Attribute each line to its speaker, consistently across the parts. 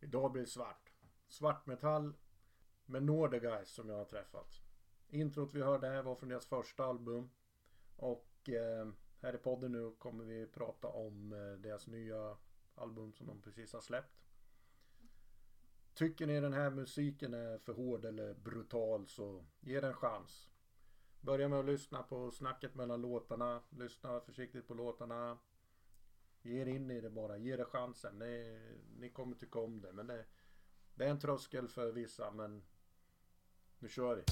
Speaker 1: Idag blir det svart. Svartmetall med Nordegeist som jag har träffat. Introt vi hörde här var från deras första album. Och här i podden nu kommer vi prata om deras nya album som de precis har släppt. Tycker ni den här musiken är för hård eller brutal, så ge den en chans. Börja med att lyssna på snacket mellan låtarna. Lyssna försiktigt på låtarna. Ge er in i det bara. Ge det chansen. Ni kommer tycka om det. Men det är en tröskel för vissa. Men nu kör vi.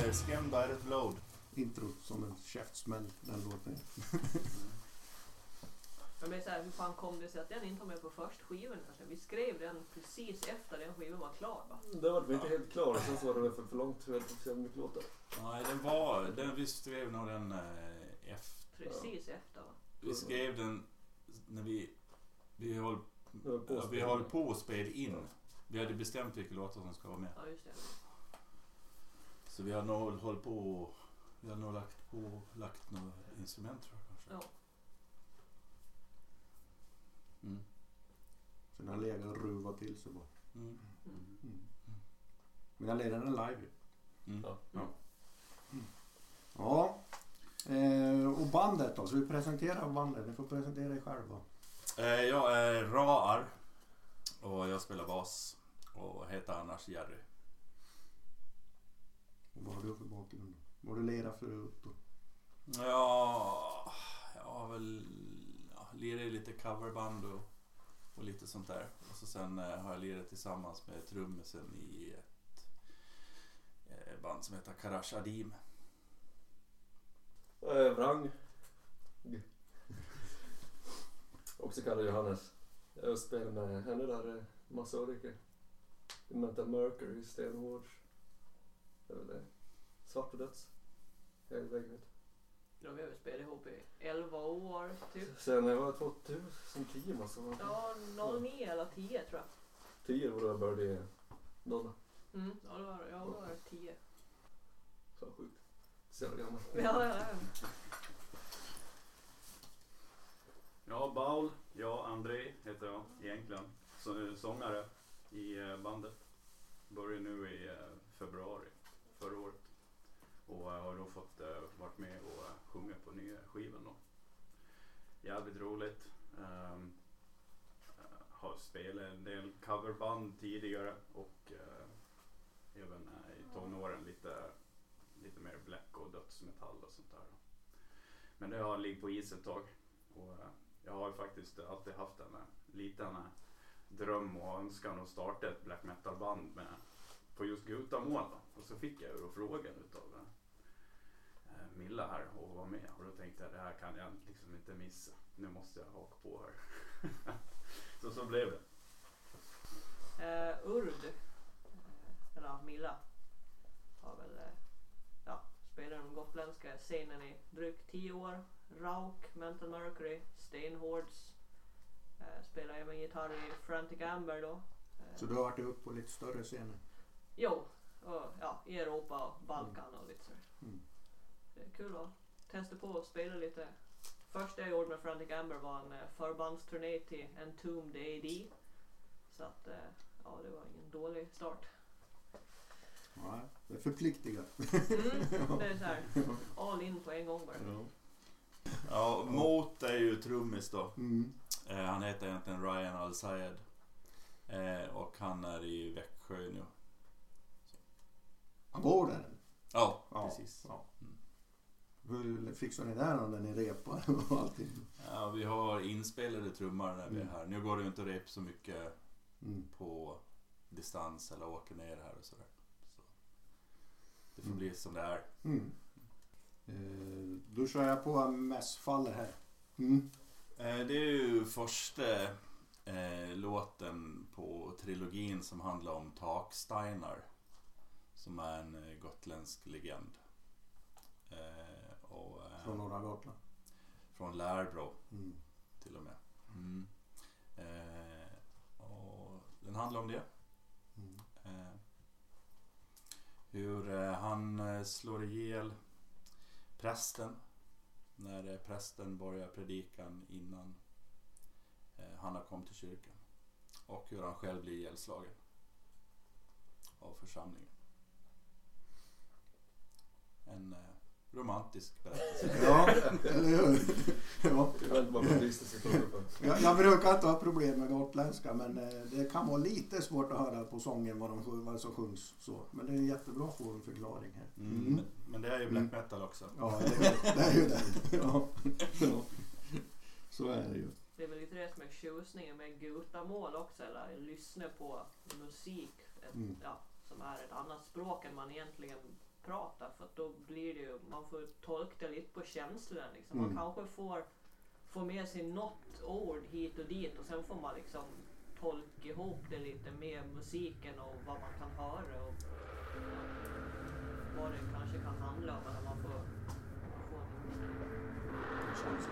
Speaker 2: Skrämd by the Load.
Speaker 1: Intro som en käftsmäll, den låten.
Speaker 3: Men det är så här, hur fan kom det sig att den inte var med på först skivan? Vi skrev den precis efter den skivan var klar, va?
Speaker 4: Det var inte helt klar, sen så var det för långt för att se mycket låtar.
Speaker 2: Nej, vi skrev nog den efter.
Speaker 3: Precis efter, va?
Speaker 2: Vi skrev den när vi höll på att spela in. Vi hade bestämt vilka låtar som ska vara med.
Speaker 3: Ja, just det.
Speaker 2: Så vi har nog hållit på. Vi har nog lagt några instrument, tror jag kanske.
Speaker 3: Ja.
Speaker 2: Mm.
Speaker 1: Så den har legat och ruvat till sig bara.
Speaker 2: Mm.
Speaker 1: Men jag leder den live.
Speaker 2: Mm.
Speaker 4: Ja.
Speaker 1: Ja. Och bandet då? Så vi presenterar bandet. Ni får presentera er själva.
Speaker 2: Jag är Raar och jag spelar bas och heter annars Jerry.
Speaker 1: Och vad har du för bakgrund? Vad har du ledat förut då?
Speaker 2: Ja, jag har väl lirat i lite coverband och lite sånt där. Och så sen har jag lirat tillsammans med trummisen i ett band som heter Karash Adim.
Speaker 4: Vrang. Också kallad Johannes. Jag spelar med henne där massa olika. Mental Mercury, Stenhårds. Det är väl det. Svart och döds. Hela vägen.
Speaker 3: Ja, vi har spelat ihop i 11 år, typ.
Speaker 4: Sen jag var 2010 massa.
Speaker 3: Ja, 09 eller 10 tror jag.
Speaker 4: 10 var då jag började nolla.
Speaker 3: Ja, det var 10.
Speaker 4: Så sjukt. Så jävla gammal.
Speaker 3: Ja.
Speaker 5: Ja, Baul. Jag, André heter jag egentligen. Sångare i bandet. Började nu i februari förra året. Och har då fått varit med och sjunga på nya skivan då. Jävligt roligt. Har spelat en del coverband tidigare och även i tonåren lite mer black och dödsmetall och sånt där. Men det har ligger på is ett tag. Och jag har ju faktiskt alltid haft en liten dröm och önskan att starta ett black metal band på just Gutamål då. Och så fick jag ju frågan utav Milla här och vara med. Och då tänkte jag, det här kan jag liksom inte missa. Nu måste jag haka på här. så blev det.
Speaker 3: Urd, eller Milla, har väl spelat den gotländska scenen i drygt 10 år. Rauk, Mental Mercury, Stenhårds. Spelar även gitarr i Frantic Amber då.
Speaker 1: Så du har varit upp på lite större scener?
Speaker 3: Jo, och, i Europa och Balkan och lite så. Det är kul att testa på att spela lite. Första jag gjorde med Frantic Amber var en förbandsturné till Entombed AD. Så att det var ingen dålig start.
Speaker 1: Nej, det är förpliktigat.
Speaker 3: Det är så här, all in på en gång bara.
Speaker 2: Ja, Mot är ju trummis då.
Speaker 1: Mm.
Speaker 2: Han heter egentligen Ryan Al-Sayed. Och han är i Växjö nu.
Speaker 1: Han bor där?
Speaker 2: Ja, precis.
Speaker 1: Ja. Hur fixar ni där när ni repar och allting?
Speaker 2: Ja, vi har inspelade trummar när vi är här. Nu går det ju inte att repa så mycket på distans eller åka ner här och sådär. Så det får bli som det är.
Speaker 1: Då kör jag på mässfaller här.
Speaker 2: Det är ju första låten på trilogin som handlar om Taksteinar, som är en gotländsk legend.
Speaker 1: Från norra Gotland?
Speaker 2: Från Lärbro till och med. Och den handlar om det. Hur han slår ihjäl prästen när prästen börjar predikan innan han har kommit till kyrkan. Och hur han själv blir ihjälslagen av församlingen. En romantisk berättelse.
Speaker 1: Ja, eller hur? Ja. Jag brukar inte ha problem med gotländska, men det kan vara lite svårt att höra på sången vad som sjungs så. Men det är jättebra att få en förklaring här.
Speaker 2: Men det är ju black metal också.
Speaker 1: Ja, det är ju det. Ja. Så är det ju.
Speaker 3: Det är väl lite det som är tjusningen med Gutamål också, eller lyssna på musik som är ett annat språk än man egentligen prata, för att då blir det ju, man får tolka det lite på känslan liksom. Man kanske får med sig något ord hit och dit och sen får man liksom tolka ihop det lite med musiken och vad man kan höra och vad det kanske kan handla om när man får
Speaker 1: En känsla.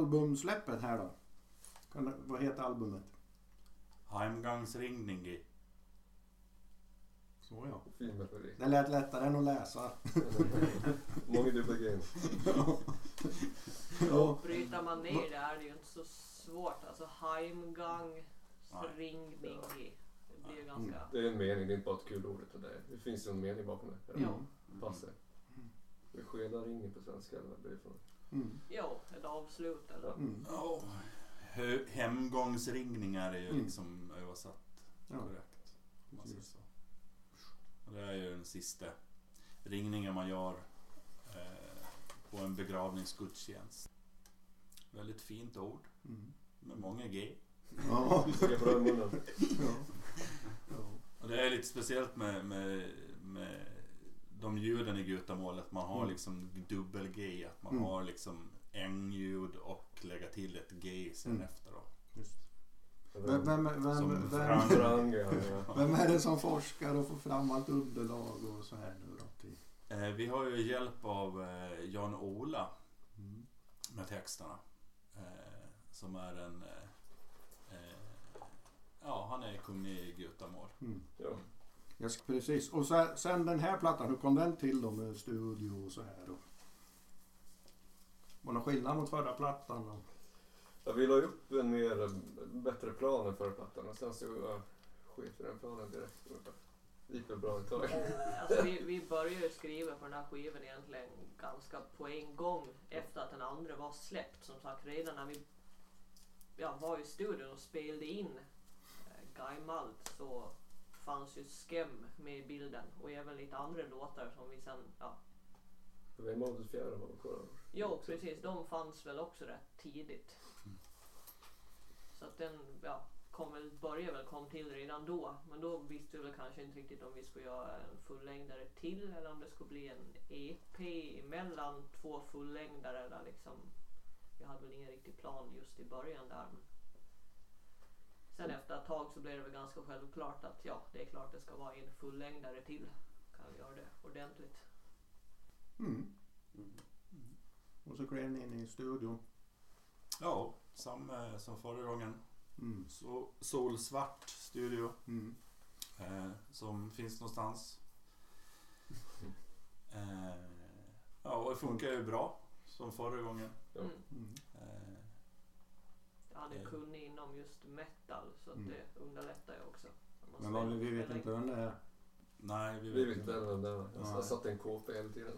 Speaker 1: albumsläppet här då? Vad heter albumet?
Speaker 2: Heimgangsringning.
Speaker 1: Så ja.
Speaker 4: Fin melodi.
Speaker 1: Det lät lättare än att läsa.
Speaker 4: Många dubbla grejer.
Speaker 1: Ja.
Speaker 3: Bryter man ner det är det ju inte så svårt. Alltså heimgang, ringning. Det blir ju ganska...
Speaker 4: Det är en mening, det är inte bara ett kul ord. Det finns ju en mening bakom det.
Speaker 3: Ja.
Speaker 4: Passar. Det skeda ringen på svenska eller vad blir det för något?
Speaker 3: Jo, ett avslut eller...
Speaker 2: Ja. Hemgångsringningar är ju liksom översatt korrekt. Om man säger så. Och det är ju den sista ringningen man gör på en begravningsgudstjänst. Väldigt fint ord. Med många G.
Speaker 1: Ja.
Speaker 4: Det är bra i munnen.
Speaker 2: Och det är lite speciellt med de ljuden i gutamålet. Man har liksom dubbel-G. Att man har liksom n-ljud och lägga till ett G sen efter då.
Speaker 1: Just. Vem är det som forskar och får fram allt underlag och så här nu då?
Speaker 2: Vi har ju hjälp av Jan-Ola med texterna. Som är en... han är kunnig i gutamål.
Speaker 4: Ja.
Speaker 1: Precis. Och sen den här plattan, hur kom den till då med studio och så här då? Var det någon skillnad mot förra plattan då?
Speaker 4: Jag ville ha upp en bättre plan än förra plattan och sen så skit i den planen direkt. Det gick väl bra ett tag.
Speaker 3: Alltså vi började skriva på den här skivan egentligen ganska på en gång efter att den andra var släppt. Som sagt, redan när vi var i studion och spelade in Gaimalt så fanns ju Skem med i bilden och även lite andra låtar som vi sen,
Speaker 4: Gaimalt fjärde var kvar.
Speaker 3: Jo, precis. De fanns väl också rätt tidigt. Så att den, kom till redan då. Men då visste vi väl kanske inte riktigt om vi skulle göra en fullängdare till eller om det skulle bli en EP emellan 2 fullängdare eller liksom. Vi hade väl ingen riktig plan just i början där. Men sen efter ett tag så blev det väl ganska självklart att det är klart det ska vara en fullängdare till. Kan vi göra det ordentligt.
Speaker 1: Och så klev ni in i studion.
Speaker 2: Ja, samma som förra gången. Så Solsvart studio. Som finns någonstans. Och det funkar ju bra som förra gången.
Speaker 3: Han är kunnig inom just metal så att det underlättar ju också.
Speaker 1: Men vi vet inte vem det är.
Speaker 2: Nej, vi
Speaker 4: vet inte vem det är. Jag satt i en kåpa hela tiden.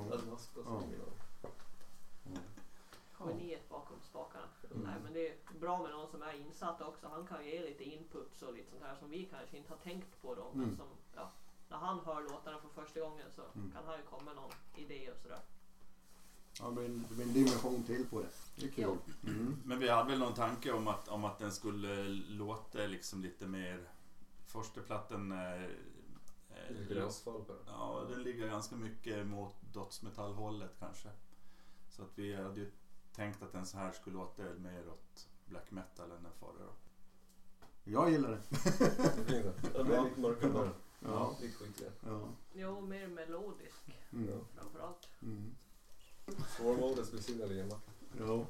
Speaker 3: Geniet bakom spakarna. Nej, men det är bra med någon som är insatt också. Han kan ge lite input och lite sånt här som vi kanske inte har tänkt på då. Men som, när han hör låtarna för första gången så kan han ju komma med någon idé och sådär.
Speaker 1: Ja, det blir en dimension till på det. Det är kul.
Speaker 2: Men vi hade väl någon tanke om att den skulle låta liksom lite mer... Första plattan
Speaker 4: gränsfall bara.
Speaker 2: Ja, den ligger ganska mycket mot dödsmetallhållet kanske. Så att vi hade ju tänkt att den så här skulle låta mer åt black metal än den förra då.
Speaker 1: Jag gillar det.
Speaker 4: Det blir lite mörkare bara.
Speaker 1: Ja.
Speaker 4: Lite skickligare.
Speaker 1: Ja.
Speaker 3: Jo, mer melodisk framförallt.
Speaker 4: Svårmålet speciellt Emma.
Speaker 1: Ja.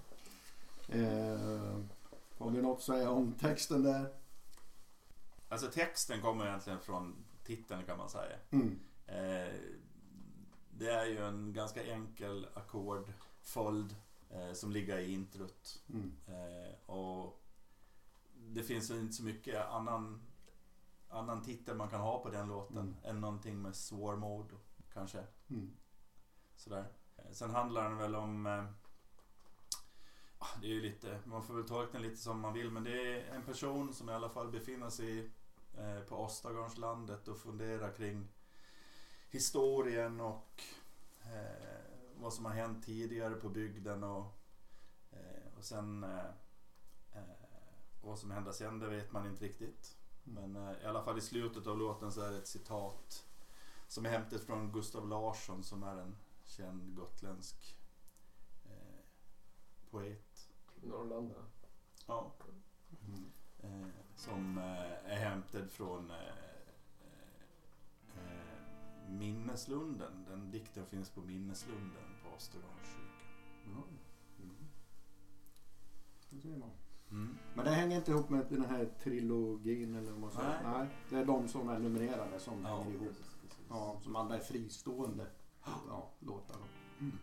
Speaker 1: Har vi något att säga om texten där?
Speaker 2: Alltså texten kommer egentligen från titeln kan man säga. Det är ju en ganska enkel ackordföljd som ligger i introt. Och det finns ju inte så mycket annan titel man kan ha på den låten än någonting med svårmod kanske. Sådär. Sen handlar den väl om det är ju lite, man får väl tolka den lite som man vill, men det är en person som i alla fall befinner sig på Östergarnslandet och funderar kring historien och vad som har hänt tidigare på bygden och sen vad som händer sen, det vet man inte riktigt. Men i alla fall i slutet av låten så är det ett citat som är hämtat från Gustav Larsson som är en känd gotländsk poet.
Speaker 4: Norrlanda.
Speaker 2: Ja. Som är hämtad från Minneslunden. Den dikten finns på Minneslunden på Östergarnskyrkan.
Speaker 1: det ser man.
Speaker 2: Mm.
Speaker 1: Men det hänger inte ihop med den här trilogin eller vad man säger. Nej, det är de som är numrerade som hänger ihop.
Speaker 2: Precis.
Speaker 1: Ja, som andra är fristående låtar.
Speaker 2: Mm.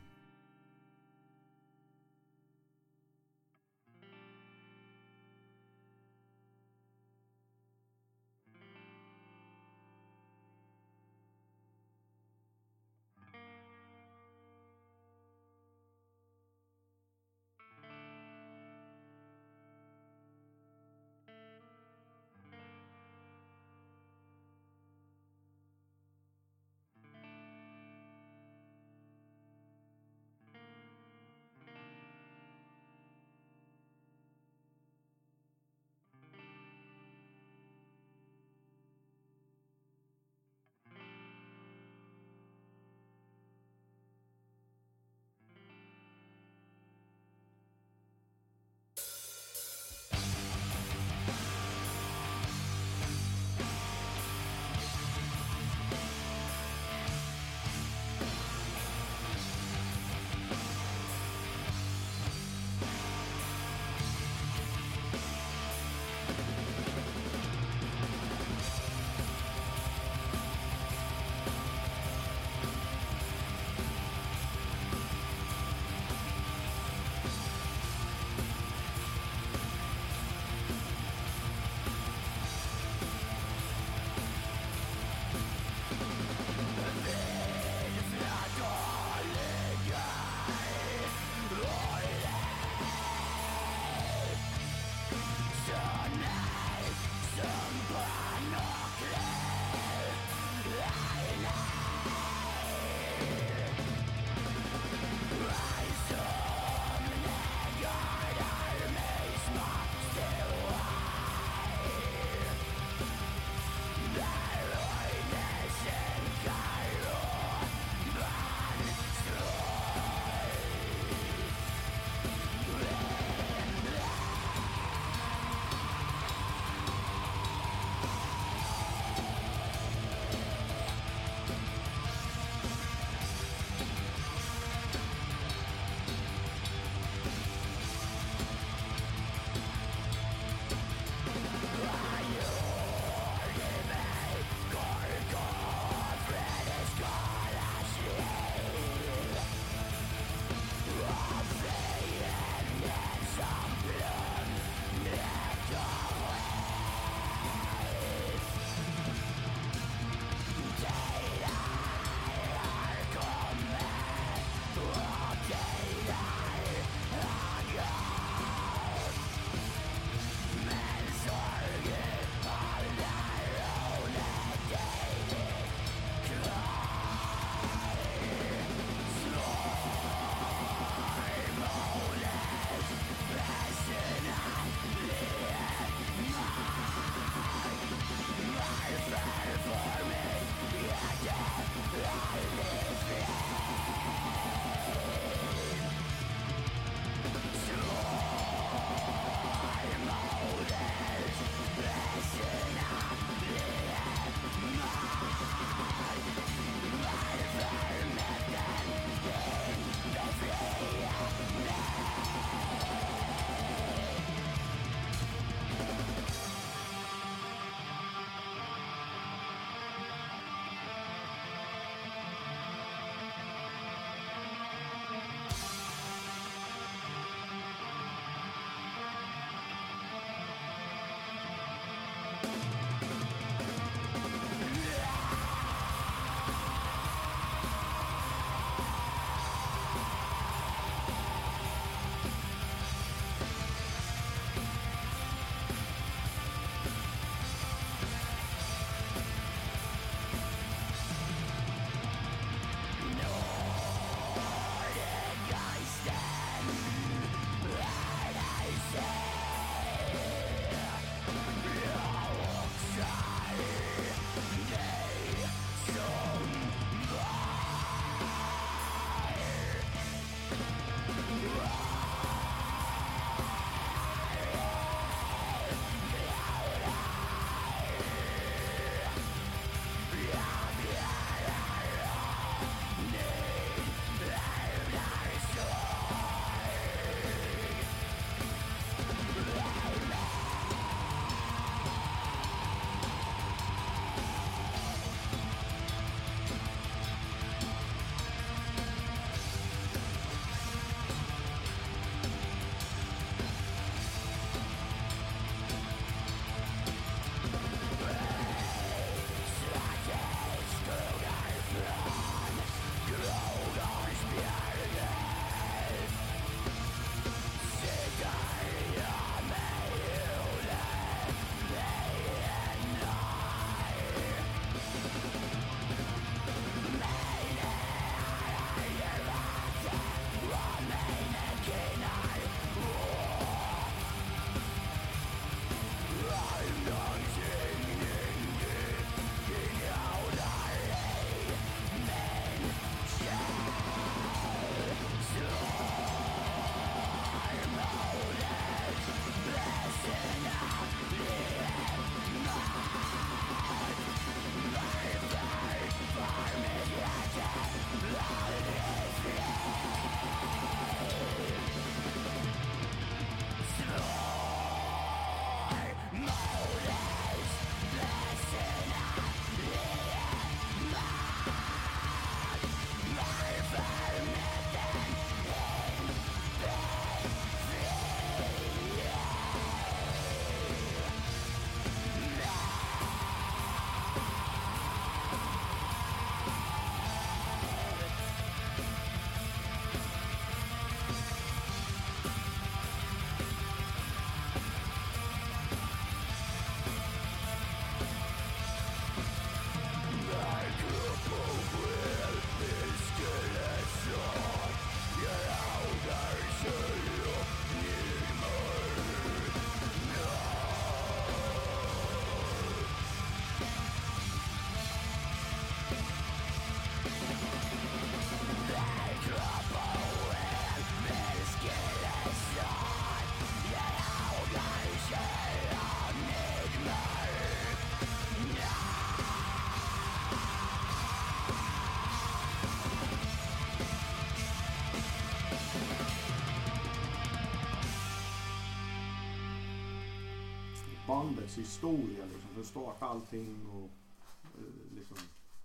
Speaker 1: bandets historia liksom. Hur startade allting och liksom.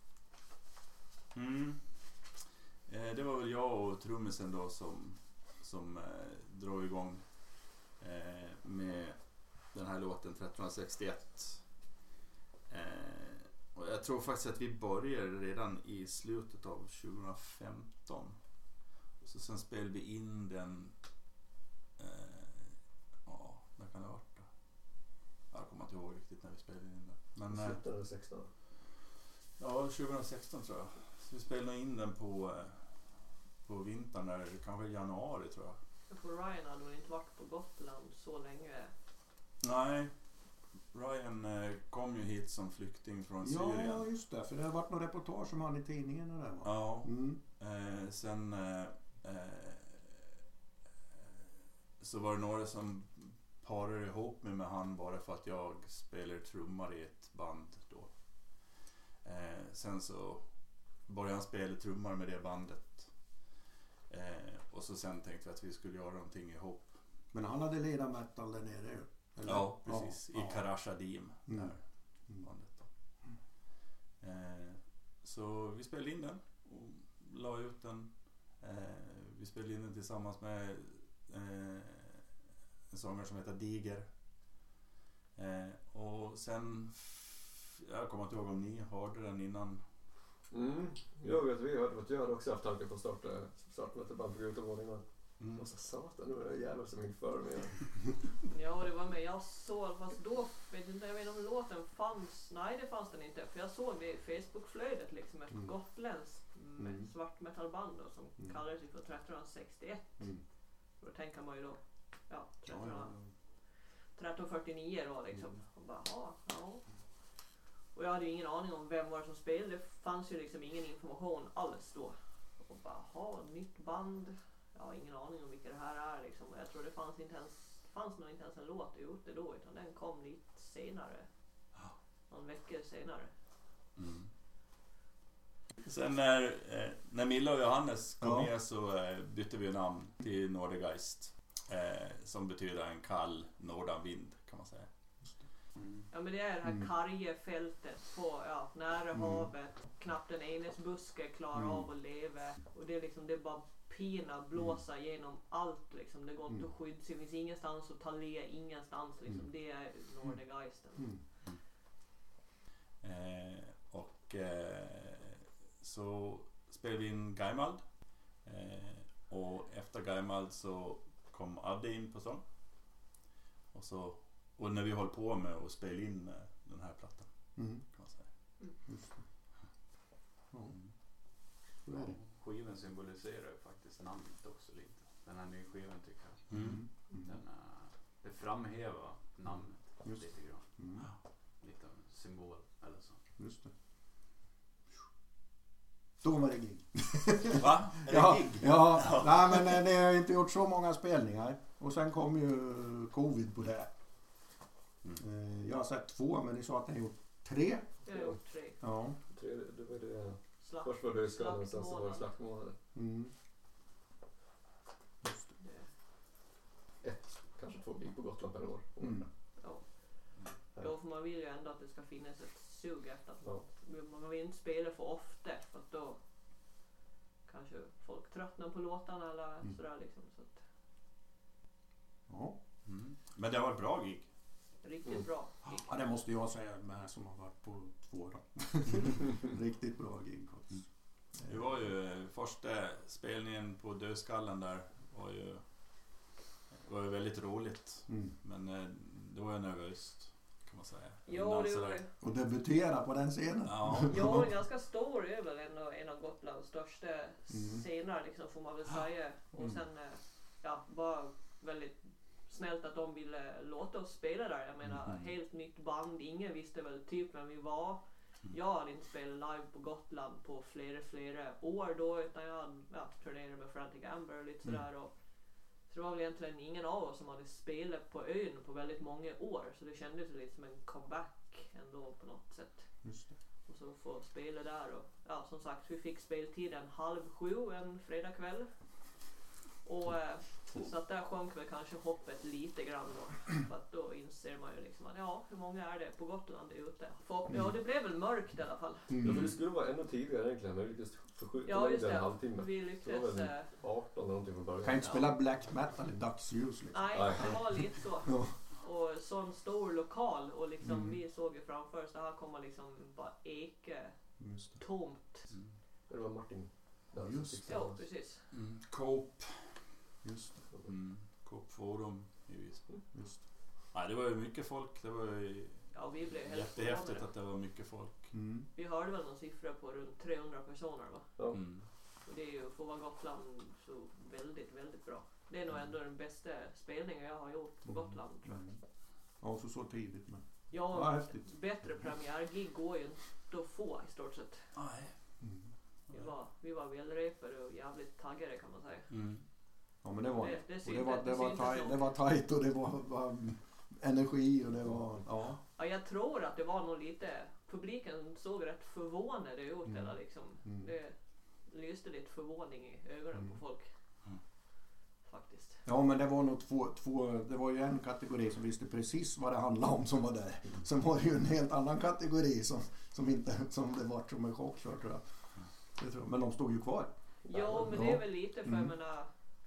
Speaker 2: Det var väl jag och trummisen då som drog igång med den här låten 1361. Och jag tror faktiskt att vi började redan i slutet av 2015. Så sen spelade vi in den när kan det ha varit då? Jag kommer inte ihåg riktigt när vi spelade in den. Men,
Speaker 4: slutet av 16?
Speaker 2: Ja, 2016 tror jag. Så vi spelade in den på vintern där, kanske i januari tror jag.
Speaker 3: För Ryan hade väl inte varit på Gotland så länge?
Speaker 2: Nej, Ryan kom ju hit som flykting från Syrien.
Speaker 1: Ja, just det. För det har varit några reportage om han i tidningen och det, va?
Speaker 2: Ja. Sen så var det några som parade ihop mig med han bara för att jag spelar trummar i ett band då. Sen så började han spela trummar med det bandet. Och så sen tänkte vi att vi skulle göra någonting ihop.
Speaker 1: Men han hade ledat metal där nere ju. Eller?
Speaker 2: Ja, precis.
Speaker 1: Ja.
Speaker 2: I Karashadim. Där bandet då. Så vi spelade in den och la ut den. Vi spelade in den tillsammans med en sångare som heter Diger. Och sen jag kommer inte ihåg om ni hörde den innan.
Speaker 4: Jag vet, vi hörde att jag hade också haft tanke på att starta ett band på utomvåningen. Och så satan, nu är det jävlar som inför mig.
Speaker 3: Ja, det var med. Jag såg, fast då jag vet inte om låten fanns. Nej, det fanns den inte. För jag såg det i Facebook-flödet liksom, ett gotländskt svart metalband då, som kallades för 1361. Och då tänker man ju då 1349 då liksom. Och bara, ja. Och jag hade ju ingen aning om vem var det som spelade. Det fanns ju liksom ingen information alls då. Och bara, nytt band. Jag har ingen aning om vilka det här är liksom. Jag tror det fanns nog inte ens en låt ute då, utan den kom lite senare. Någon vecka senare.
Speaker 2: Sen när Milla och Johannes kom ner så bytte vi namn till Nordegeist. Som betyder en kall nordanvind kan man säga.
Speaker 3: Ja, men det är det här karga fältet på nära havet. Knappt en enesbuske klarar av att leva. Och det är liksom, det är bara pina blåsa genom allt liksom. Det går inte att skydda sig. Det finns ingenstans att ta le, ingenstans liksom. Det är Nordegeisten.
Speaker 2: Så spelade vi in Gaimald. Och efter Gaimald så kom Adde in på sång. Och när vi höll på med att spela in den här plattan kan man säga.
Speaker 1: Just det.
Speaker 5: Ja, skivan symboliserar ju faktiskt namnet också lite. Den här nya skivan tycker jag. Det framhäver namnet lite grann. Lite av en symbol eller så.
Speaker 1: Just det. Då var det gig.
Speaker 2: Va? Är det gig?
Speaker 1: Ja. Nej, men ni har inte gjort så många spelningar. Och sen kom ju covid på det. Jag har sett 2, men ni sa att ni har gjort 3.
Speaker 3: Jag har gjort 3.
Speaker 1: Ja.
Speaker 4: 3, det var det. Först var det skadan och sen så var det slaktmånader.
Speaker 1: Just det.
Speaker 4: 1, kanske 2 gig på Gotland per år.
Speaker 3: Då får man vill ju ändå att det ska finnas ett sug efter att man vill inte spela för ofta, för att då kanske folk tröttnar på låtarna eller sådär liksom. Så att.
Speaker 2: Men det var ett bra gig.
Speaker 3: Riktigt bra gig.
Speaker 1: Ja, det måste jag säga med som har varit på 2 då. Riktigt bra gig.
Speaker 2: Det var ju första spelningen på Dödskallen där var ju väldigt roligt. Men det var ju nervöst kan man säga.
Speaker 3: Jo, det var det.
Speaker 1: Och debutera på den scenen.
Speaker 2: Ja.
Speaker 3: Jo, ganska stor är väl en av Gotlands största scener liksom, får man väl säga. Och sen bara väldigt snällt att de ville låta oss spela där. Jag menar, helt nytt band. Ingen visste väl typ vem vi var. Jag hade inte spelat live på Gotland på flera år då, utan jag turnerade med Frantic Amber och lite sådär. Och så det var väl egentligen ingen av oss som hade spelat på ön på väldigt många år. Så det kändes lite som en comeback ändå på något sätt.
Speaker 1: Just det.
Speaker 3: Och så få spela där. Och som sagt, vi fick speltiden 6:30 en fredagkväll. Och Så att där sjönk väl kanske hoppet lite grann då. För att då inser man ju liksom att ja, hur många är det på Gotland ute? Ja, det blev väl mörkt i alla fall.
Speaker 4: Ja, för det skulle vara ännu tidigare egentligen, men vi lyckades förskjuta
Speaker 3: just
Speaker 4: en
Speaker 3: det.
Speaker 4: halvtimme.
Speaker 3: Vi
Speaker 4: Det
Speaker 3: lyckades...
Speaker 4: var väl 18 någonting från början.
Speaker 1: Kan inte spela black metal i dagsljus liksom.
Speaker 3: Nej, det var lite så.
Speaker 1: Ja.
Speaker 3: Och sån stor lokal och liksom vi såg ju framför oss det här kommer liksom bara eke
Speaker 1: Just det.
Speaker 3: tomt.
Speaker 4: Det var Martin. Där
Speaker 1: Just
Speaker 4: som
Speaker 1: det.
Speaker 4: fixade
Speaker 3: Ja,
Speaker 4: oss.
Speaker 3: precis.
Speaker 2: Coop.
Speaker 1: Just det.
Speaker 2: Coop Forum i Visby.
Speaker 1: Just det.
Speaker 2: Nej, det var ju mycket folk. Det var ju
Speaker 3: Ja, vi blev helt
Speaker 2: jättehäftigt
Speaker 3: förvånade.
Speaker 2: att det var mycket folk.
Speaker 3: Vi hörde väl någon siffra på runt 300 personer va?
Speaker 4: Ja.
Speaker 3: Och det är ju för att vara Gotland så väldigt, väldigt bra. Det är nog ändå den bästa spelningen jag har gjort på Gotland tror jag.
Speaker 1: Ja, så tidigt men.
Speaker 3: Ja,
Speaker 1: häftigt.
Speaker 3: bättre premiärgig går ju inte att få i stort sett.
Speaker 2: Nej.
Speaker 3: Vi var välrepade och jävligt taggade kan man säga.
Speaker 1: Ja men det var
Speaker 3: Det
Speaker 1: och
Speaker 3: syntes-
Speaker 1: det var tajt och det var energi och det var
Speaker 3: Ja, jag tror att det var nog lite, publiken såg rätt förvånade ut eller liksom. Det lyste lite förvåning i ögonen på folk. Faktiskt.
Speaker 1: Ja men det var nog två det var ju en kategori som visste precis vad det handlade om som var där. Sen var det ju en helt annan kategori som det var som en chock för tror jag. Det tror jag. Men de stod ju kvar.
Speaker 3: Ja, men det är väl lite för jag menar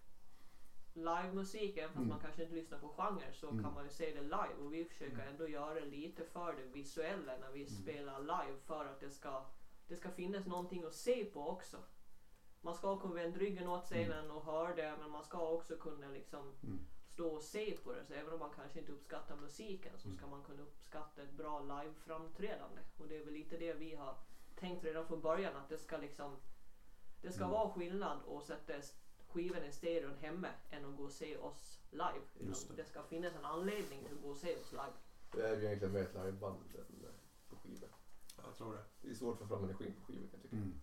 Speaker 3: livemusik, även fast man kanske inte lyssnar på genre så kan man ju se det live och vi försöker ändå göra lite för det visuella när vi spelar live för att det ska finnas någonting att se på också. Man ska kunna vända ryggen åt scenen och höra det men man ska också kunna liksom stå och se på det så även om man kanske inte uppskattar musiken så ska man kunna uppskatta ett bra live-framträdande och det är väl lite det vi har tänkt redan från början att det ska liksom det ska vara skillnad att sätta skivan i stereon hemma än att gå och se oss live. Det ska finnas en anledning till att gå och se oss live.
Speaker 4: Det är ju egentligen mer ett liveband än på skiva.
Speaker 2: Jag tror det.
Speaker 4: Det är svårt att få fram energin på skiva kan jag tycka.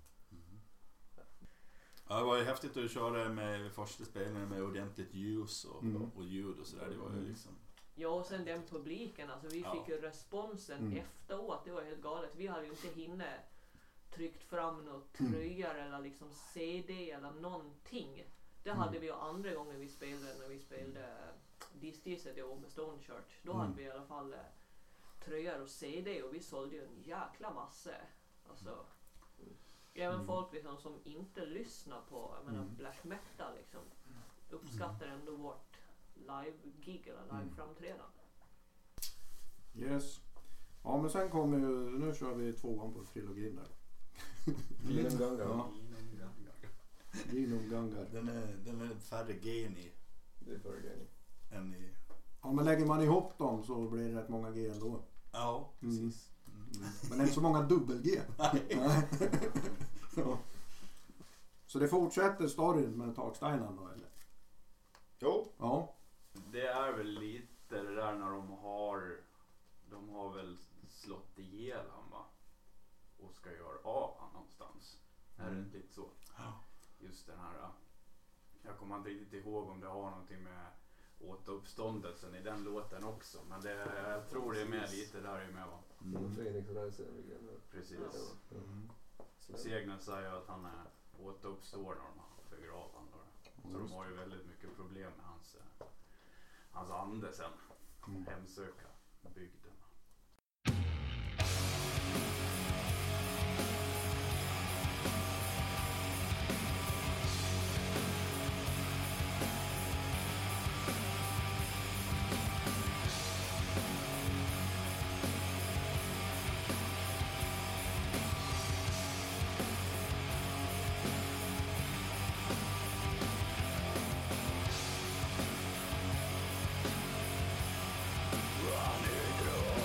Speaker 2: Ja, det var ju häftigt att köra med första spelningen med ordentligt ljus och ljud och sådär. Det var ju liksom...
Speaker 3: Ja och sen den publiken, alltså vi fick ju responsen efteråt, det var helt galet. Vi hade ju inte hinnat tryckt fram något tröjor eller liksom CD eller någonting. Det hade vi ju andra gånger vi spelade när vi spelade Distilset i Åby Stone Church. Då hade vi i alla fall tröjor och CD och vi sålde ju en jäkla massa. Alltså, även folk liksom, som inte lyssnar på jag menar, black metal liksom, uppskattar ändå vårt live-gig eller live-framträdande.
Speaker 1: Yes. Ja men sen kommer ju, nu kör vi 2:an på trilogin där. Ginum Gangar.
Speaker 2: Den är färre gen i
Speaker 4: Det är förra grejen.
Speaker 2: än i...
Speaker 1: Ja men lägger man ihop dem så blir det rätt många G ändå.
Speaker 2: Ja, precis.
Speaker 1: Men inte så många dubbel-G. Nej. Ja. Så det fortsätter storyn med taksteinarna då eller?
Speaker 4: Jo.
Speaker 1: Ja.
Speaker 5: Det är väl lite det där när de har väl slått ihjäl han va? Och ska göra av han någonstans. Är det inte lite så?
Speaker 2: Ja.
Speaker 5: Just den här, jag kommer inte riktigt ihåg om det har någonting med återuppståndelsen i den låten också. Men jag tror det är med lite där i med va?
Speaker 4: Fenix och Reise.
Speaker 5: Precis. Segnen säger att han återuppstår när de begravar honom. Så de har ju väldigt mycket problem med hans ande sen. Hemsöka bygden.
Speaker 6: Anidro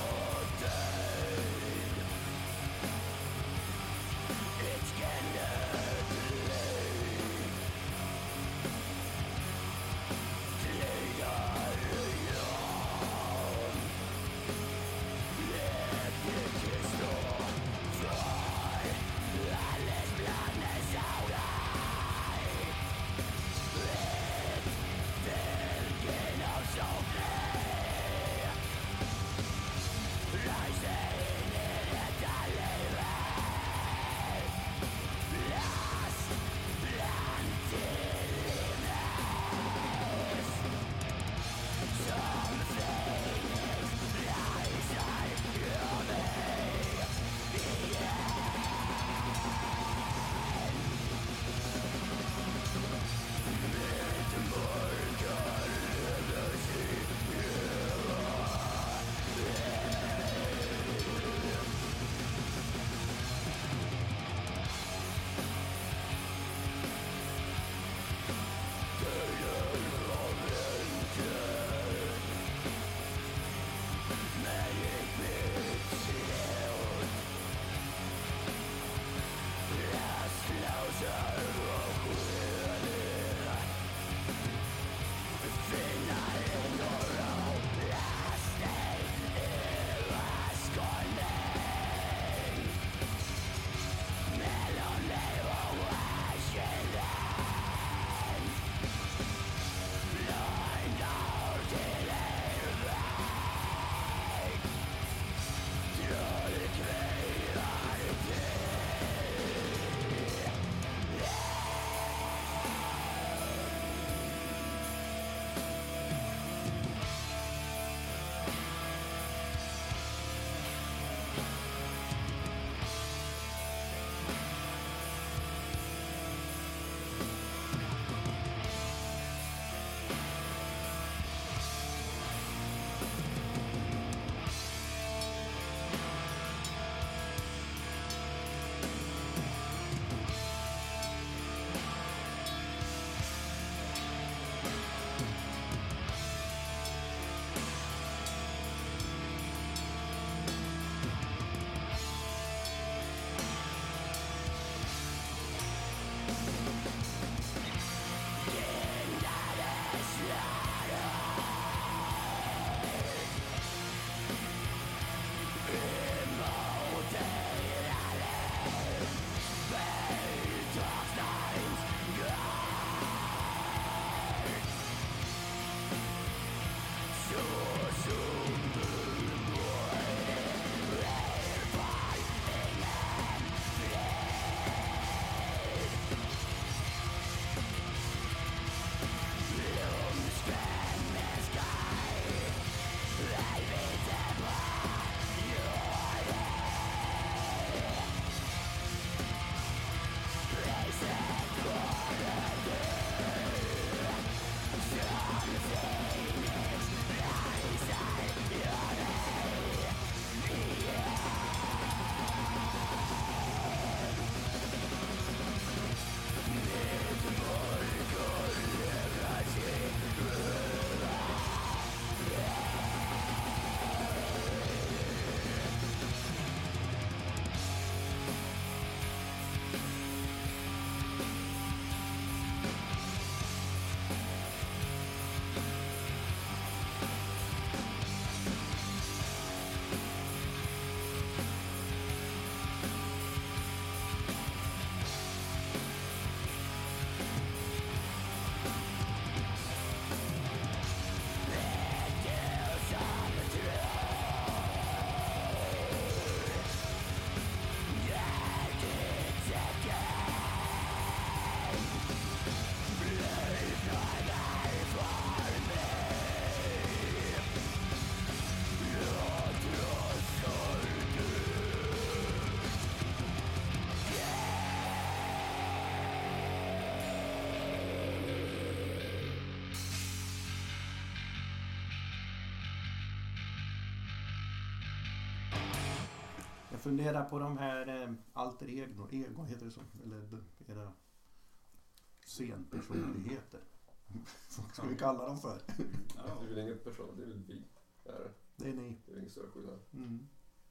Speaker 1: funderar på de här alter ego heter det så? Eller era scenpersonligheter. Vad ska vi kalla dem för?
Speaker 4: Ja. Det är väl ingen person, det är väl vi.
Speaker 1: Det är ni.
Speaker 4: Det är ingen större skillnad.
Speaker 1: Mm.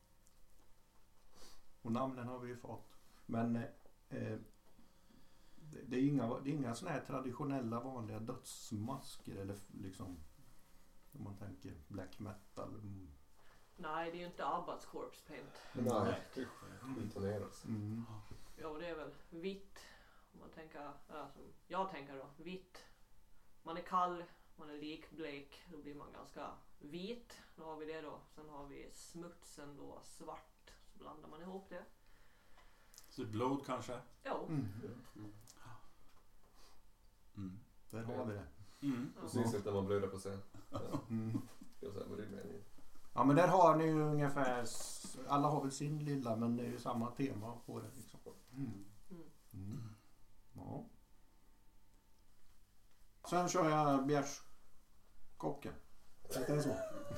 Speaker 1: Och namnen har vi ju fått. Men det är inga såna här traditionella vanliga dödsmasker eller liksom om man tänker black metal. Mm.
Speaker 3: Nej, det är ju inte Abbats corpse paint.
Speaker 4: Nej, det intoneras.
Speaker 1: Mm.
Speaker 3: Ja, det är väl vitt. Om man tänker, som jag tänker då, vitt. Man är kall, man är likblek, då blir man ganska vit. Då har vi det då. Sen har vi smutsen då, svart. Så blandar man ihop det.
Speaker 2: Så blod kanske?
Speaker 3: Ja.
Speaker 1: Mm.
Speaker 2: Mm.
Speaker 1: Där har vi det.
Speaker 2: Mm.
Speaker 4: Precis inte när man blöder på scen. Ja.
Speaker 1: Mm.
Speaker 4: Jag säger, men det är meningen.
Speaker 1: Ja, men där har ni ju ungefär, alla har väl sin lilla, men det är ju samma tema på det liksom. Mm. Mm. Ja. Sen kör jag bjärskocken. Heter det så?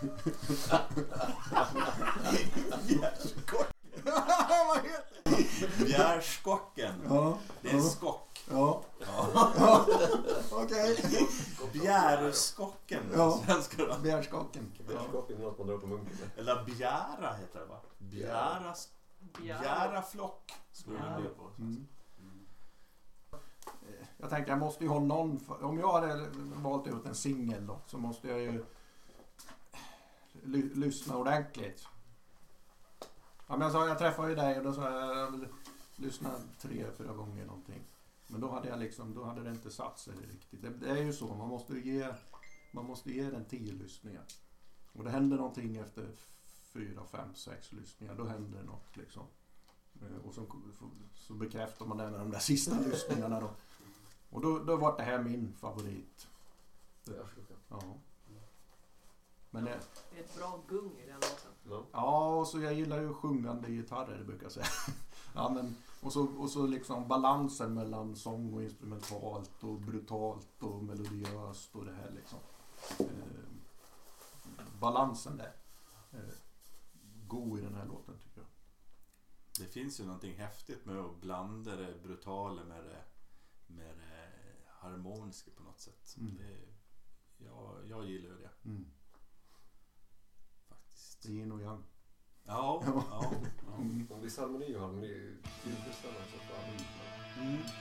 Speaker 1: Bjärskocken? Vad heter det?
Speaker 2: Bjärskocken.
Speaker 1: Ja.
Speaker 2: Det är en skock.
Speaker 1: Ja.
Speaker 2: Ja.
Speaker 1: Okej.
Speaker 2: Bjärskocken.
Speaker 1: Ja.
Speaker 2: Svenska då.
Speaker 1: Bjärskocken.
Speaker 4: Bjärskocken är något man drar på munken med.
Speaker 2: Eller bjära heter det va? Bjära flock. Skulle det bli på.
Speaker 1: Mm. Jag tänkte jag måste ju ha någon, om jag hade valt ut en singel då så måste jag ju lyssna ordentligt. Ja, men jag träffade ju dig och då sa jag vill lyssna 3-4 gånger någonting. Men då hade jag liksom, då hade det inte satt sig riktigt. Det är ju så, man måste ge den 10 lyssningar. Och det händer någonting efter 4, 5, 6 lyssningar, då händer det något liksom. Och så bekräftar man det med de där sista lyssningarna då. Och då var det här min favorit. Ja. Men
Speaker 3: det är ett bra gung i den låten.
Speaker 4: No.
Speaker 1: ja, och så jag gillar ju sjungande gitarrer, det brukar jag säga. Ja, men och så liksom balansen mellan sång och instrumentalt och brutalt och melodiöst och det här liksom. Balansen där. God i den här låten tycker jag.
Speaker 2: Det finns ju någonting häftigt med att blanda det brutala med det harmoniska på något sätt.
Speaker 1: Mm.
Speaker 2: Jag gillar ju det.
Speaker 1: Mm.
Speaker 2: Faktiskt.
Speaker 1: Det är yin och yang.
Speaker 2: Ja.
Speaker 1: Mm.
Speaker 4: Om det är harmoni och harmoni är ju tillfredsställande så fan.
Speaker 2: Mm.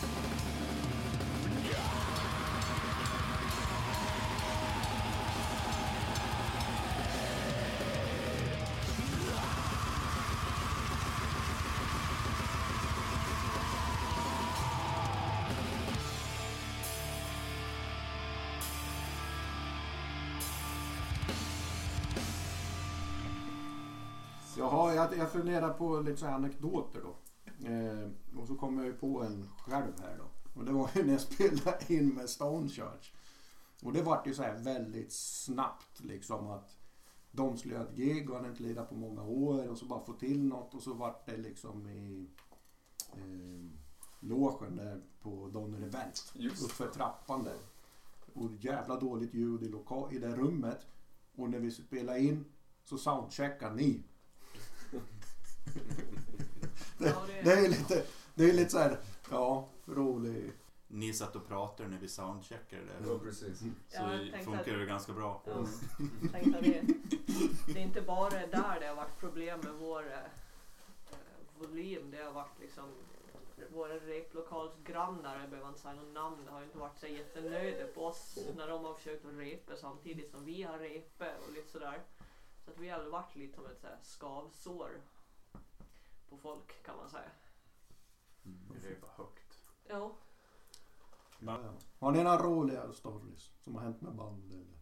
Speaker 1: Jaha, jag funderar på lite så här anekdoter då. Och så kom jag ju på en själv här då. Och det var ju när jag spelade in med Stone Church. Och det var ju så här väldigt snabbt liksom att de skulle göra ett gig och hade inte lidat på många år och så bara få till något och så var det liksom i logen där på Donner Event. Uppför trappan där. Och jävla dåligt ljud i det rummet. Och när vi spelade in så soundcheckar ni. Det är lite så här, ja, rolig.
Speaker 2: Ni satt och pratade när vi soundcheckade där.
Speaker 4: Ja, precis.
Speaker 2: Så funkar det ganska bra.
Speaker 3: Ja, tänkte det är inte bara där det har varit problem med vår volym. Det har varit liksom våra replokalsgrannar, jag behöver inte säga någon namn, har inte varit så jättenöjda på oss när de har försökt att repa samtidigt som vi har repet och lite sådär. Så att vi har varit lite som ett så här skavsår på folk kan man säga.
Speaker 5: Det är bara högt.
Speaker 3: Ja.
Speaker 1: Har ni några roliga stories som har hänt med band eller?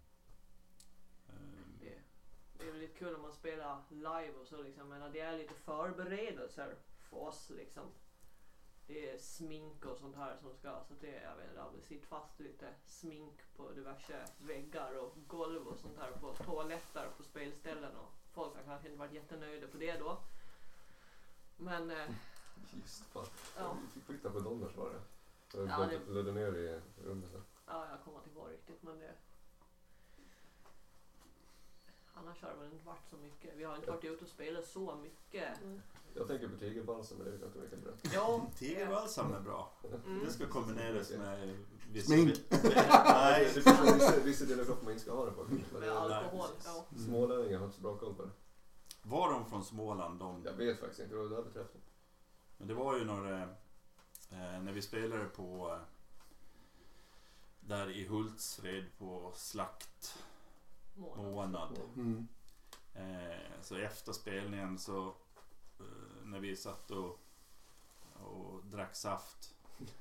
Speaker 3: Det är väl lite kul om man spelar live och så liksom, men det är lite förberedelser för oss liksom. Det är smink och sånt här som ska, så att det är, jag vet inte, det har sitt fast lite smink på diverse väggar och golv och sånt här på toaletter på spelställen och folk har kanske inte varit jättenöjda på det då. Men
Speaker 4: Just fan.
Speaker 3: ja.
Speaker 4: Vi fick flytta på Donners var det. Jag
Speaker 3: Ja, det-
Speaker 4: lödde ner i rummet där.
Speaker 3: Ja, jag kommer inte ihåg riktigt, men det... Annars har det väl inte varit så mycket. Vi har inte varit ute och spelat så mycket.
Speaker 4: Jag tänker på Tigerbalsam, men det vet jag inte om jag kan berätta.
Speaker 3: Ja,
Speaker 2: Tigerbalsam är bra. Det ska kombineras med
Speaker 1: Smink.
Speaker 2: Nej.
Speaker 4: Det finns vissa delar av kroppen man inte ska ha det på. Men
Speaker 3: med
Speaker 4: det är,
Speaker 3: alkohol. Ja.
Speaker 4: smålänningar har inte så bra koll på det.
Speaker 2: Var de från Småland?
Speaker 4: Jag vet faktiskt inte, det var där beträffande.
Speaker 2: Men det var ju när vi spelade på där i Hultsfred på slaktmånad.
Speaker 1: Mm.
Speaker 2: Så efter spelningen så när vi satt och drack saft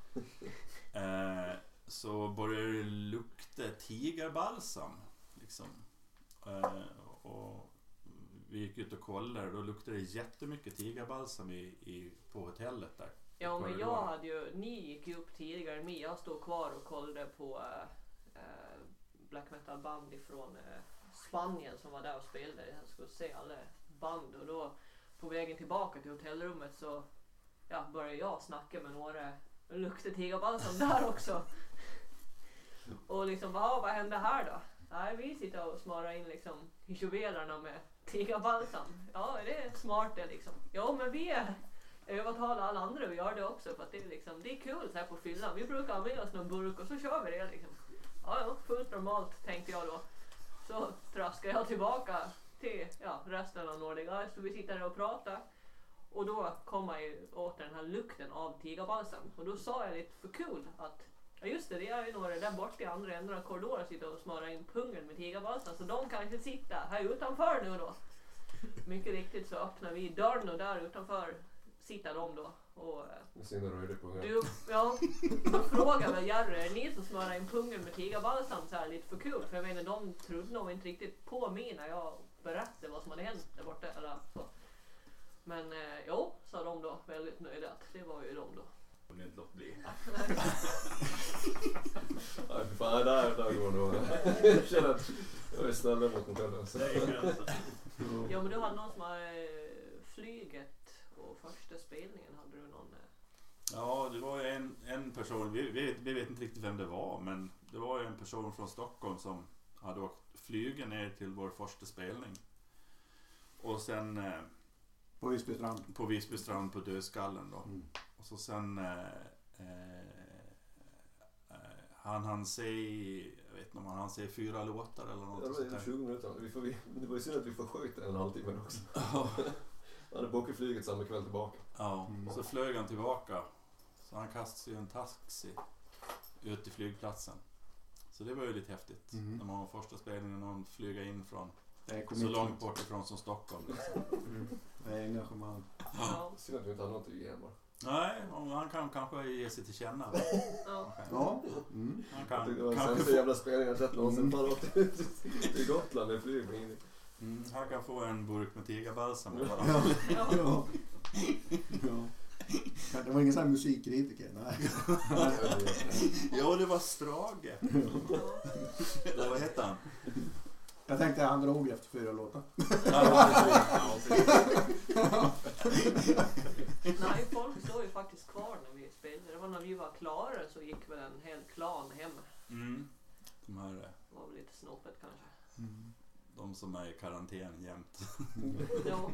Speaker 2: så började det lukta tigerbalsam liksom. Och vi gick ut och kollade och då luktade det jättemycket tigerbalsam på hotellet där.
Speaker 3: Ja, men jag hade ju, ni gick ju upp tidigare än mig. Jag stod kvar och kollade på black metal band ifrån Spanien som var där och spelade. Jag skulle se alla band och då på vägen tillbaka till hotellrummet så började jag snacka med några. Det luktade tigerbalsam där också. Och liksom, vad hände här då? Nej, vi sitter och smarar in liksom i juvelerna med tigerbalsam. Ja, det är smart det liksom. Ja, men vi övertalar alla andra och gör det också för att det är liksom, det är kul så här på fyllan. Vi brukar ha med oss någon burk och så kör vi det liksom. Ja, fullt normalt tänkte jag då. Så traskar jag tillbaka till resten av Nordic Ice och vi sitter där och pratar. Och då kommer jag åt den här lukten av tigerbalsam. Och då sa jag lite för kul att just det är ju några där borta i andra änden av korridoren sitter och smarar in pungen med tigerbalsam. Så de kanske sitter här utanför nu då. Mycket riktigt så öppnar vi dörren och där utanför sitter de då. Och
Speaker 4: Med sina röjder på ungar.
Speaker 3: då frågar väl Jerry, är det ni som smörar in pungen med tigerbalsam så här lite för kul? För jag menar, de trodde nog inte riktigt på mig när jag berättade vad som hade hänt där borta. Eller så. Men sa de då, väldigt nöjda att det var ju de då.
Speaker 5: Om det inte låt bli.
Speaker 4: Nej, för fan, där går det nog. Jag känner att jag är snällare mot mig själv.
Speaker 5: Det är gränsen.
Speaker 3: Ja, men du hade någon som har flyget och första spelningen hade du någon...
Speaker 2: Ja, det var ju en person, vi vet inte riktigt vem det var, men det var ju en person från Stockholm som hade åkt flygen ner till vår första spelning. Och sen
Speaker 1: På Visbystrand.
Speaker 2: på Visbystrand på Dödskallen då.
Speaker 1: Mm.
Speaker 2: Och så sen han säger, jag vet inte om han säger 4 låtar eller något
Speaker 4: Det
Speaker 2: sånt
Speaker 4: var
Speaker 2: där.
Speaker 4: 20 minuter. Det var ju synd att vi får skjuta en halvtimme också. Han hade bokat flyget samma kväll tillbaka.
Speaker 2: Ja, så flög han tillbaka. Så han kastade ju en taxi ut till flygplatsen. Så det var ju lite häftigt. När man var första spelningen någon flyga in från så långt bort ifrån som Stockholm. Liksom.
Speaker 1: Det är engagemang.
Speaker 3: Ja.
Speaker 4: Synd att vi inte har något att ge hemma.
Speaker 2: Nej, han kan kanske ge sig till känna.
Speaker 3: Ja.
Speaker 1: Ja.
Speaker 2: Han
Speaker 4: Jag tyckte det
Speaker 2: kan,
Speaker 4: var den
Speaker 2: kanske
Speaker 4: sämsta jävla spelningen jag sett någonsin. Bara åkte ut till Gotland med flyg med in.
Speaker 2: han kan få en burk med tigerbalsam.
Speaker 1: Ja. Ja. Det var ingen sån här musikkritiker. Nej.
Speaker 2: Jo, det var Strage. Det var hette han.
Speaker 1: Jag tänkte han drog efter 4 låtar.
Speaker 3: Nej, folk står ju faktiskt kvar när vi spelade. Det var när vi var klara så gick väl en hel klan hem.
Speaker 2: De här,
Speaker 3: Det var väl lite snopet kanske.
Speaker 2: de som är i karantän jämt.
Speaker 3: Ja.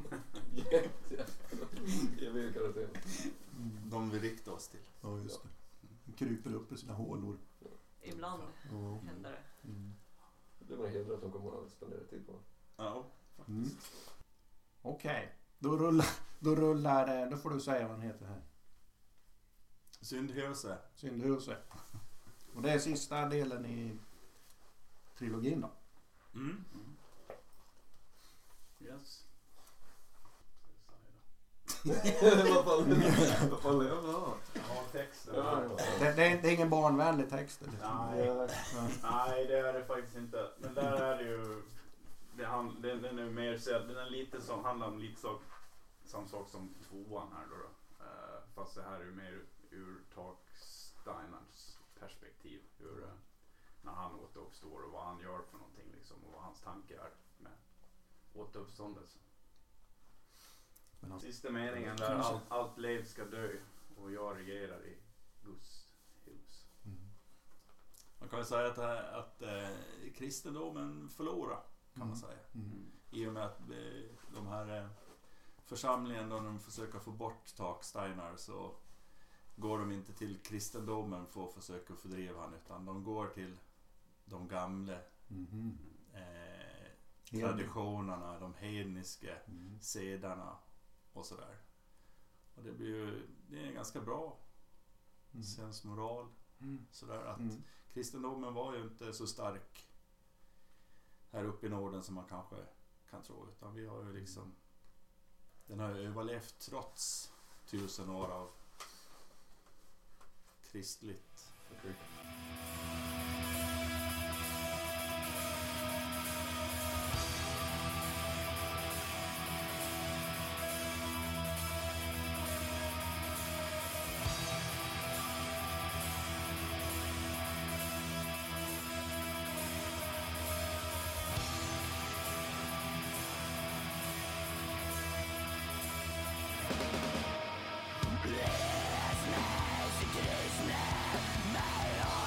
Speaker 4: Jag vill karantän.
Speaker 2: De vi riktar oss till.
Speaker 1: Ja, just det. De kryper upp i sina hålor.
Speaker 3: Ibland händer det.
Speaker 4: Det var hedra att de kommer att spendera tid på.
Speaker 2: Ja, faktiskt.
Speaker 1: Okej. Då rullar, då får du säga vad den heter här. Syndhuset. Och det är sista delen i trilogin då.
Speaker 5: Yes.
Speaker 4: Vad fan är det?
Speaker 5: Ja, texten.
Speaker 1: Det är ingen barnvänlig text. Eller?
Speaker 5: Nej, det är det faktiskt inte. Men där är det ju... Den är mer så den är lite som handlar om lite så samma sak som 2:an här då. Fast det här är ju mer ur Steiners perspektiv. Hur när han återuppstår och vad han gör för någonting liksom, och vad hans tanke är med återuppståndelsen. Sista meningen där allt liv ska dö och jag regerar i Guds hus.
Speaker 2: Man kan ju säga att kristendomen förlorar, kan man säga. I och med att de här församlingen, då de försöker få bort Steiner, så går de inte till kristendomen för att försöka fördriva han, utan de går till de gamla traditionerna, de hedniska sedarna och sådär. Och det är ganska bra sensmoral sådär, att kristendomen var ju inte så stark här uppe i Norden som man kanske kan tro, utan vi har ju liksom den har ju överlevt trots 1000 år av kristligt förtryck.
Speaker 6: Christmas, Christmas, my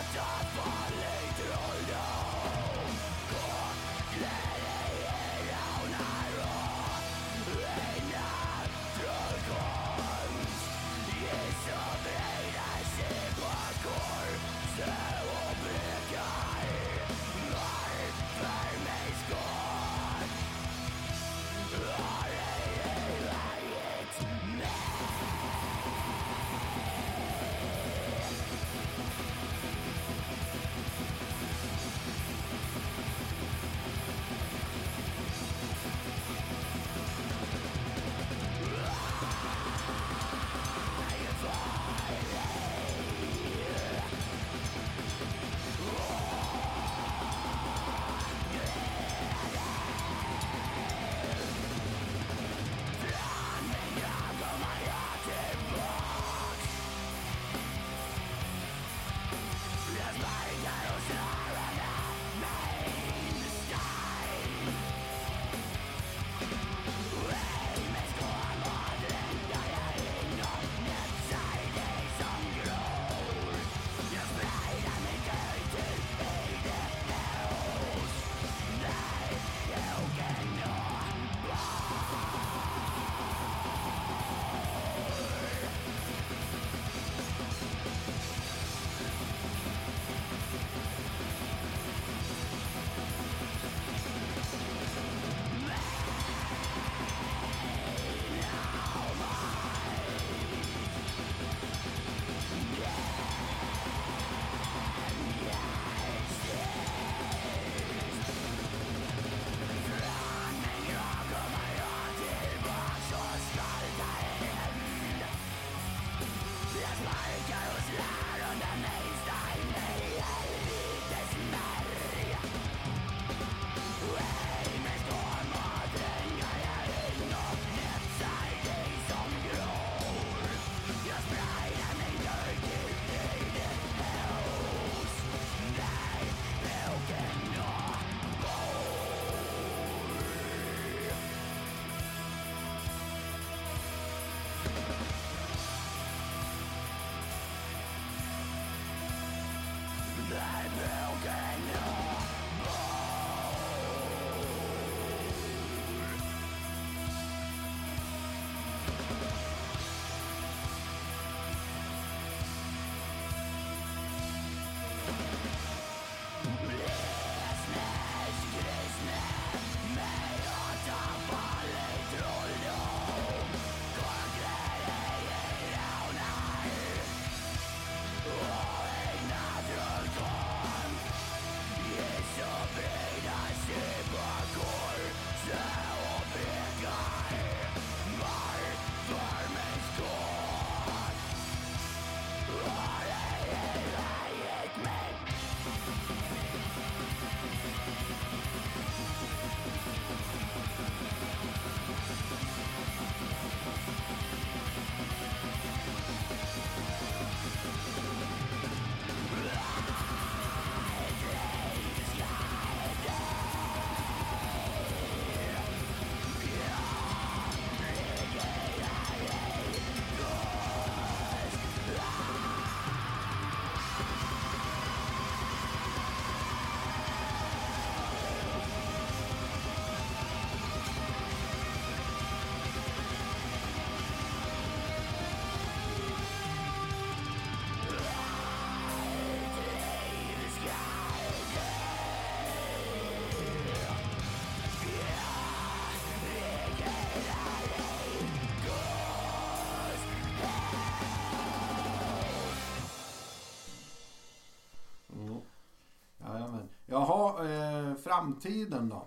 Speaker 1: Jaha, framtiden då?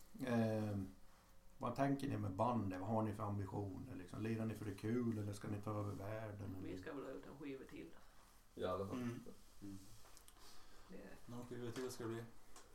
Speaker 1: Vad tänker ni med bandet? Vad har ni för ambitioner? Liksom? Lirar ni för det kul eller ska ni ta över världen?
Speaker 3: Vi ska väl ha ut en skiva till.
Speaker 4: I alla fall.
Speaker 2: Någon skiva till ska det bli.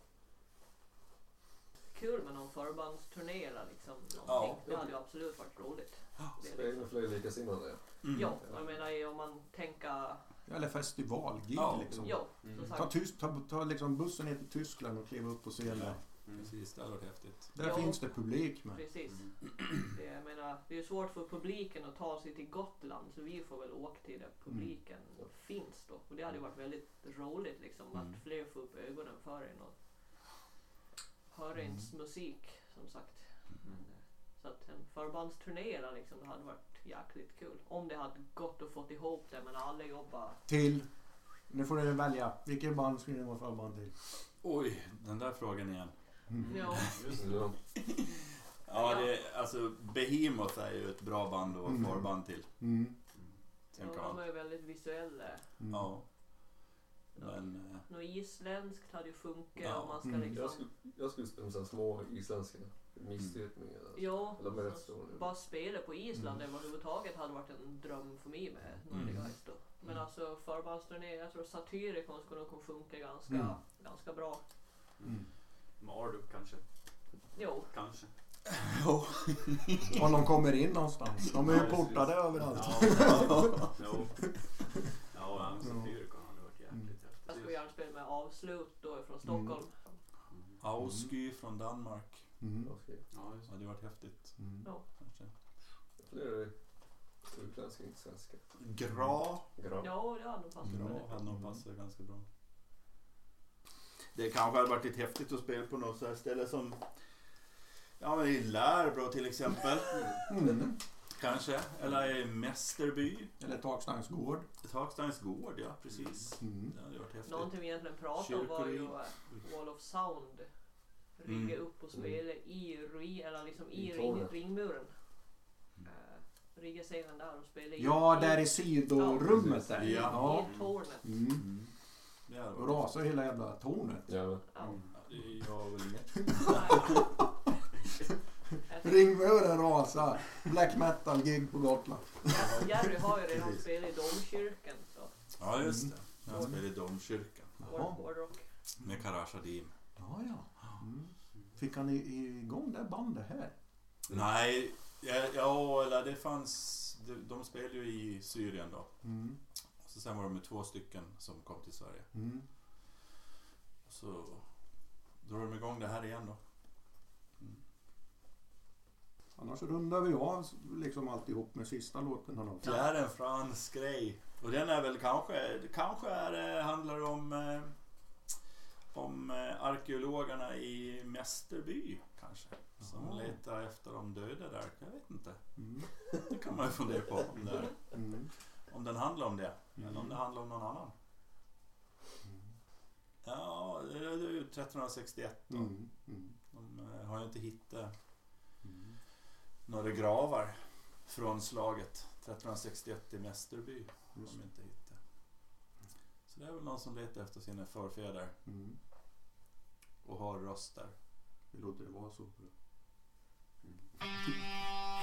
Speaker 3: Kul med någon förbandsturné eller liksom någonting.
Speaker 2: Ja.
Speaker 3: Det hade ju absolut varit roligt. Det är
Speaker 4: Spela
Speaker 3: liksom,
Speaker 4: med fler likasinnade.
Speaker 3: ja, jag menar om man tänker...
Speaker 1: Eller festivalgig
Speaker 2: Ja.
Speaker 1: liksom.
Speaker 3: Ja, som sagt.
Speaker 1: Ta liksom bussen ner till Tyskland och kliva upp på scenen.
Speaker 2: Precis, det hade varit häftigt.
Speaker 1: Där
Speaker 3: Ja.
Speaker 1: finns det publik med.
Speaker 3: Precis. Jag menar, det är svårt för publiken att ta sig till Gotland så vi får väl åka till där publiken finns då. Och det hade ju varit väldigt roligt liksom att fler får upp ögonen för en och höra ens musik som sagt. Men, så att en förbandsturné liksom, det hade varit jäkligt kul. Om det hade gått och fått ihop det men alla jobbar.
Speaker 1: Till, nu får ni välja. Vilken band skulle ni vara förband till?
Speaker 2: Oj, den där frågan igen.
Speaker 3: Ja.
Speaker 4: Ja.
Speaker 2: Ja, alltså Behemoth är ju ett bra band att vara förband till.
Speaker 3: Ja, de är väldigt visuella.
Speaker 2: Ja. Men...
Speaker 3: Något isländskt hade ju funkat
Speaker 2: Ja.
Speaker 3: om man ska liksom...
Speaker 4: Jag skulle spela med så här små isländska misstötningar.
Speaker 3: Ja,
Speaker 4: Eller med rätt stor.
Speaker 3: bara spela på Island överhuvudtaget hade varit en dröm för mig med Nordic Ice då. Men alltså förbandsturné, jag tror Satyricon skulle nog funka ganska bra.
Speaker 5: Marduk kanske.
Speaker 3: Jo.
Speaker 5: Kanske.
Speaker 1: Om de kommer in någonstans. De är ju
Speaker 5: Ja,
Speaker 1: portade
Speaker 5: precis.
Speaker 1: överallt.
Speaker 5: Ja, Satyricon hade varit jäkligt häftigt.
Speaker 3: Jag skulle gärna spela med Avslut då från Stockholm.
Speaker 2: Ausky från Danmark.
Speaker 4: Okej.
Speaker 5: Ja, just
Speaker 2: Det hade varit häftigt.
Speaker 3: Ja.
Speaker 2: Kanske.
Speaker 4: Fler utländska, inte svenska.
Speaker 2: Gra.
Speaker 3: Ja, det hade nog passat väldigt
Speaker 2: Hade
Speaker 3: bra.
Speaker 2: nog passat ganska bra. Det kanske hade varit lite häftigt att spela på något så här ställe som i Lärbro till exempel. Kanske. Eller i Mästerby.
Speaker 1: Eller Takstangs gård.
Speaker 2: Taksteins gård, ja precis. Det hade varit häftigt.
Speaker 3: Någonting vi egentligen pratade om var ju Wall of Sound. Rigga upp och spela i ringmuren. Rigga scenen där och spela i...
Speaker 1: Ja, där i sidorummet där.
Speaker 2: Ja.
Speaker 3: I tornet.
Speaker 1: Och rasar hela jävla tornet.
Speaker 4: Ja.
Speaker 3: Ja.
Speaker 2: Det gör väl inget.
Speaker 1: Ringmuren rasar. Black metal gig på Gotland.
Speaker 3: Jerry har ju redan spelat i domkyrkan. Så.
Speaker 2: Ja, just det. Han spelade i domkyrkan.
Speaker 3: Hårdrock.
Speaker 2: Med Karashadim.
Speaker 1: Ja. Fick han igång det bandet här?
Speaker 2: Nej, eller det fanns... De spelade ju i Syrien då. Så sen var de med 2 stycken som kom till Sverige. Så drog de igång det här igen då.
Speaker 1: Annars rundar vi av liksom alltihop med sista låten.
Speaker 2: Det är en fransk grej. Och den är väl kanske handlar om om arkeologerna i Mästerby kanske. Som letar efter de döda där. Jag vet inte. Det kan man ju fundera på om den handlar om det. Eller om det handlar om någon annan. Ja, det är ju 1361 då. De har ju inte hittat några gravar från slaget 1361 i Mästerby. De inte hittat. Så det är väl någon som letar efter sina förfäder. Och har röster.
Speaker 6: Det låter det vara så.